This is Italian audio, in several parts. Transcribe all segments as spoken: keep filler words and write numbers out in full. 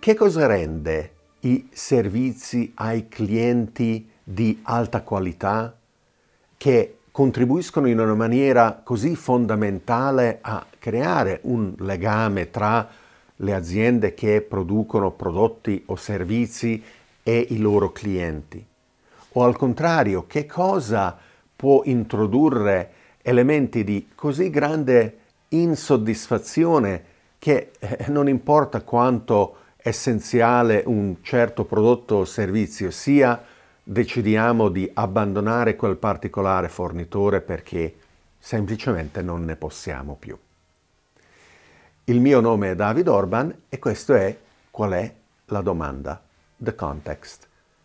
Che cosa rende i servizi ai clienti di alta qualità che contribuiscono in una maniera così fondamentale a creare un legame tra le aziende che producono prodotti o servizi e i loro clienti? O al contrario, che cosa può introdurre elementi di così grande insoddisfazione che eh, non importa quanto essenziale un certo prodotto o servizio sia, decidiamo di abbandonare quel particolare fornitore perché semplicemente non ne possiamo più. Il mio nome è David Orban e questo è Qual è la domanda? The Context.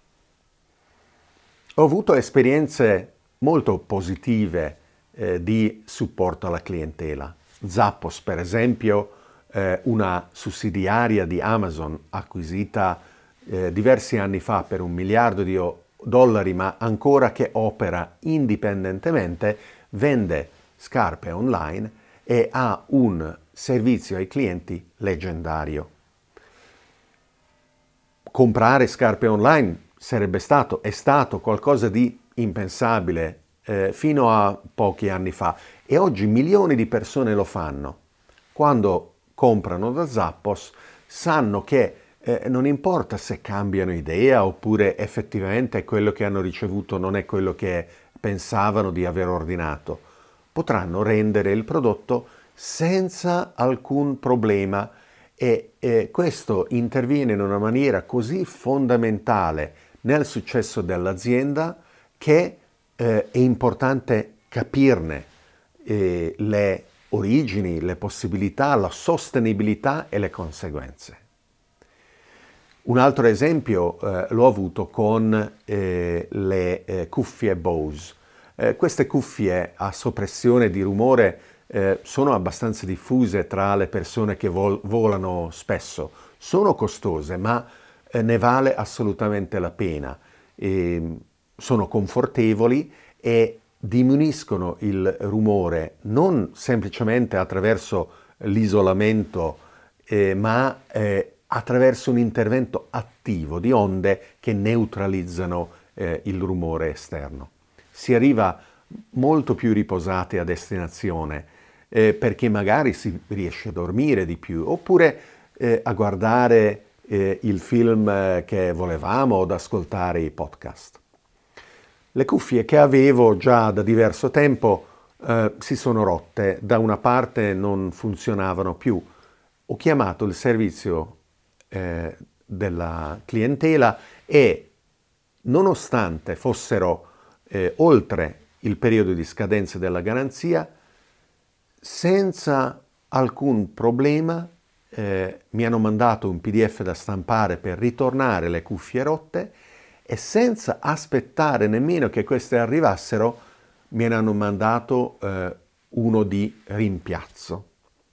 Ho avuto esperienze molto positive eh, di supporto alla clientela. Zappos, per esempio, eh, una sussidiaria di Amazon acquisita eh, diversi anni fa per un miliardo di dollari, ma ancora che opera indipendentemente, vende scarpe online e ha un servizio ai clienti leggendario. Comprare scarpe online sarebbe stato, è stato qualcosa di impensabile eh, fino a pochi anni fa e oggi milioni di persone lo fanno. Quando comprano da Zappos sanno che eh, non importa se cambiano idea oppure effettivamente quello che hanno ricevuto non è quello che pensavano di aver ordinato, potranno rendere il prodotto senza alcun problema e eh, questo interviene in una maniera così fondamentale nel successo dell'azienda che eh, è importante capirne eh, le origini, le possibilità, la sostenibilità e le conseguenze. Un altro esempio eh, l'ho avuto con eh, le eh, cuffie Bose. Eh, queste cuffie a soppressione di rumore eh, sono abbastanza diffuse tra le persone che vol- volano spesso. Sono costose, ma eh, ne vale assolutamente la pena. E sono confortevoli e diminuiscono il rumore non semplicemente attraverso l'isolamento, eh, ma eh, attraverso un intervento attivo di onde che neutralizzano eh, il rumore esterno. Si arriva molto più riposati a destinazione eh, perché magari si riesce a dormire di più oppure eh, a guardare eh, il film eh, che volevamo o ad ascoltare i podcast. Le cuffie che avevo già da diverso tempo eh, si sono rotte, da una parte non funzionavano più. Ho chiamato il servizio eh, della clientela e nonostante fossero eh, oltre il periodo di scadenza della garanzia, senza alcun problema eh, mi hanno mandato un P D F da stampare per ritornare le cuffie rotte e senza aspettare nemmeno che queste arrivassero mi hanno mandato eh, uno di rimpiazzo.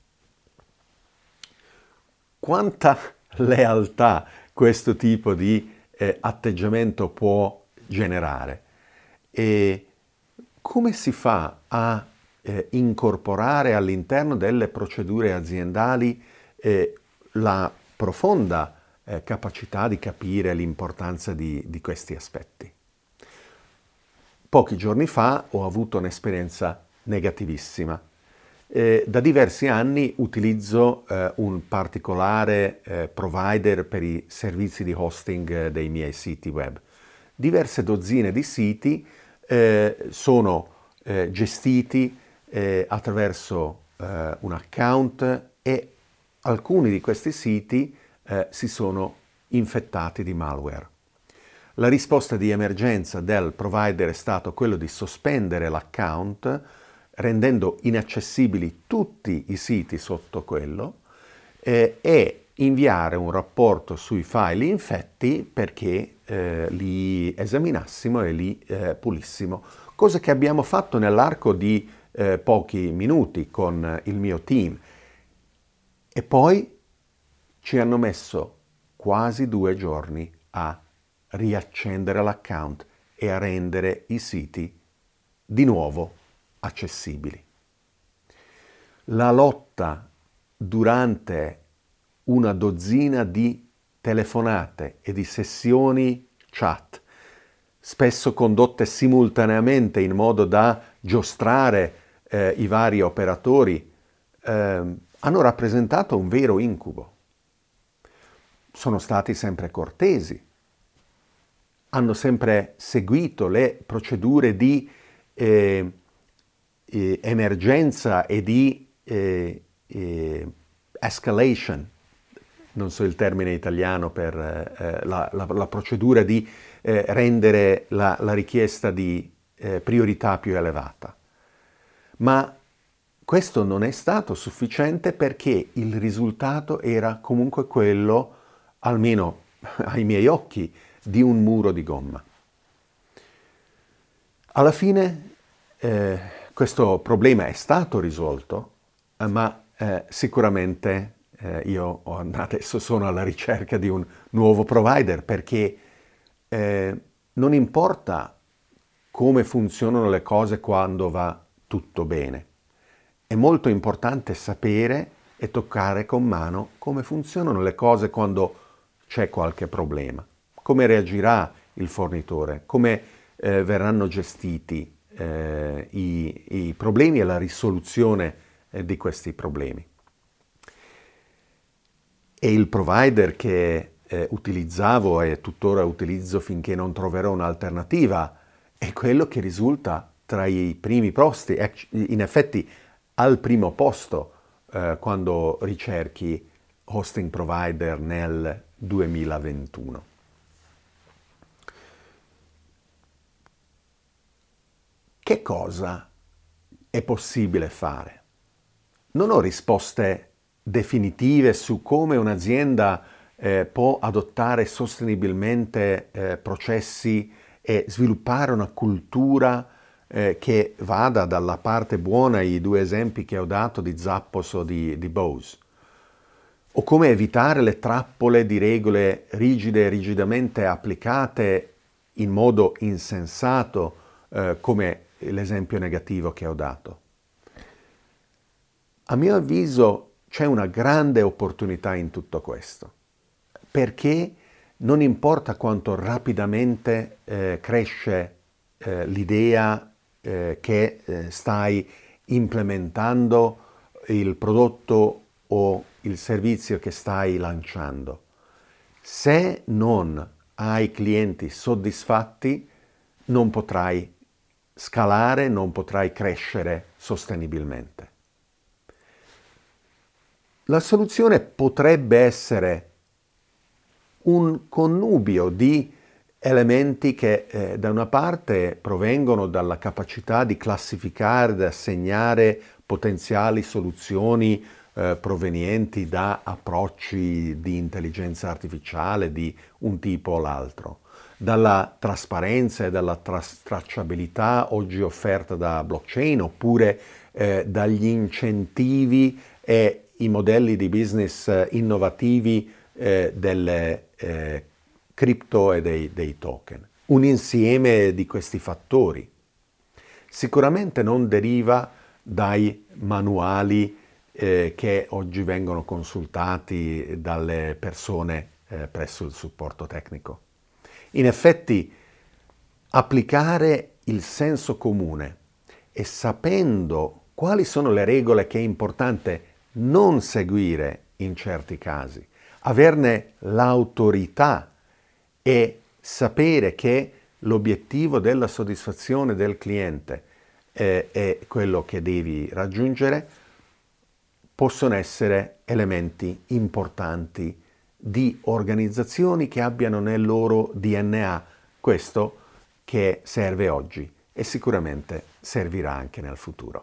Quanta lealtà questo tipo di eh, atteggiamento può generare e come si fa a eh, incorporare all'interno delle procedure aziendali eh, la profonda eh, capacità di capire l'importanza di, di questi aspetti. Pochi giorni fa ho avuto un'esperienza negativissima. Eh, da diversi anni utilizzo eh, un particolare eh, provider per i servizi di hosting eh, dei miei siti web. Diverse dozzine di siti eh, sono eh, gestiti eh, attraverso eh, un account e alcuni di questi siti eh, si sono infettati di malware. La risposta di emergenza del provider è stato quello di sospendere l'account rendendo inaccessibili tutti i siti sotto quello eh, e inviare un rapporto sui file infetti perché eh, li esaminassimo e li eh, pulissimo, cosa che abbiamo fatto nell'arco di eh, pochi minuti con il mio team. E poi ci hanno messo quasi due giorni a riaccendere l'account e a rendere i siti di nuovo accessibili. La lotta durante una dozzina di telefonate e di sessioni chat, spesso condotte simultaneamente in modo da giostrare eh, i vari operatori, eh, hanno rappresentato un vero incubo. Sono stati sempre cortesi, hanno sempre seguito le procedure di eh, eh, emergenza e di eh, eh, escalation, non so il termine italiano per eh, la, la, la procedura di eh, rendere la, la richiesta di eh, priorità più elevata. Ma questo non è stato sufficiente perché il risultato era comunque quello, almeno ai miei occhi, di un muro di gomma. Alla fine eh, questo problema è stato risolto, eh, ma eh, sicuramente eh, io adesso sono alla ricerca di un nuovo provider perché eh, non importa come funzionano le cose quando va tutto bene. È molto importante sapere e toccare con mano come funzionano le cose quando c'è qualche problema, come reagirà il fornitore, come eh, verranno gestiti eh, i, i problemi e la risoluzione eh, di questi problemi. E il provider che eh, utilizzavo e tuttora utilizzo finché non troverò un'alternativa è quello che risulta tra i primi posti, in effetti al primo posto eh, quando ricerchi hosting provider nel duemilaventuno. Che cosa è possibile fare? Non ho risposte definitive su come un'azienda eh, può adottare sostenibilmente eh, processi e sviluppare una cultura eh, che vada dalla parte buona, i due esempi che ho dato di Zappos o di, di Bose, o come evitare le trappole di regole rigide e rigidamente applicate in modo insensato, eh, come l'esempio negativo che ho dato. A mio avviso c'è una grande opportunità in tutto questo, perché non importa quanto rapidamente eh, cresce eh, l'idea eh, che eh, stai implementando il prodotto o il servizio che stai lanciando, se non hai clienti soddisfatti non potrai scalare, non potrai crescere sostenibilmente. La soluzione potrebbe essere un connubio di elementi che eh, da una parte provengono dalla capacità di classificare, di assegnare potenziali soluzioni eh, provenienti da approcci di intelligenza artificiale di un tipo o l'altro, dalla trasparenza e dalla tras- tracciabilità oggi offerta da blockchain, oppure eh, dagli incentivi e i modelli di business eh, innovativi eh, delle eh, cripto e dei, dei token. Un insieme di questi fattori sicuramente non deriva dai manuali eh, che oggi vengono consultati dalle persone eh, presso il supporto tecnico. In effetti, applicare il senso comune e sapendo quali sono le regole che è importante non seguire in certi casi, averne l'autorità e sapere che l'obiettivo della soddisfazione del cliente eh, è quello che devi raggiungere, possono essere elementi importanti di organizzazioni che abbiano nel loro D N A questo che serve oggi e sicuramente servirà anche nel futuro.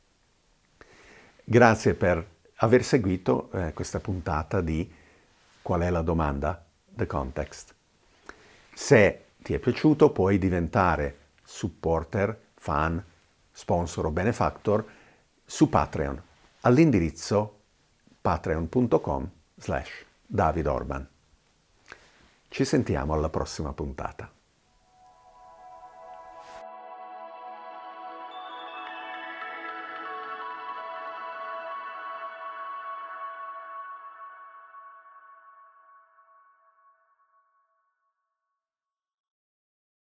Grazie per aver seguito eh, questa puntata di Qual è la domanda? The Context. Se ti è piaciuto puoi diventare supporter, fan, sponsor o benefactor su Patreon all'indirizzo patreon punto com slash David Orban. Ci sentiamo alla prossima puntata.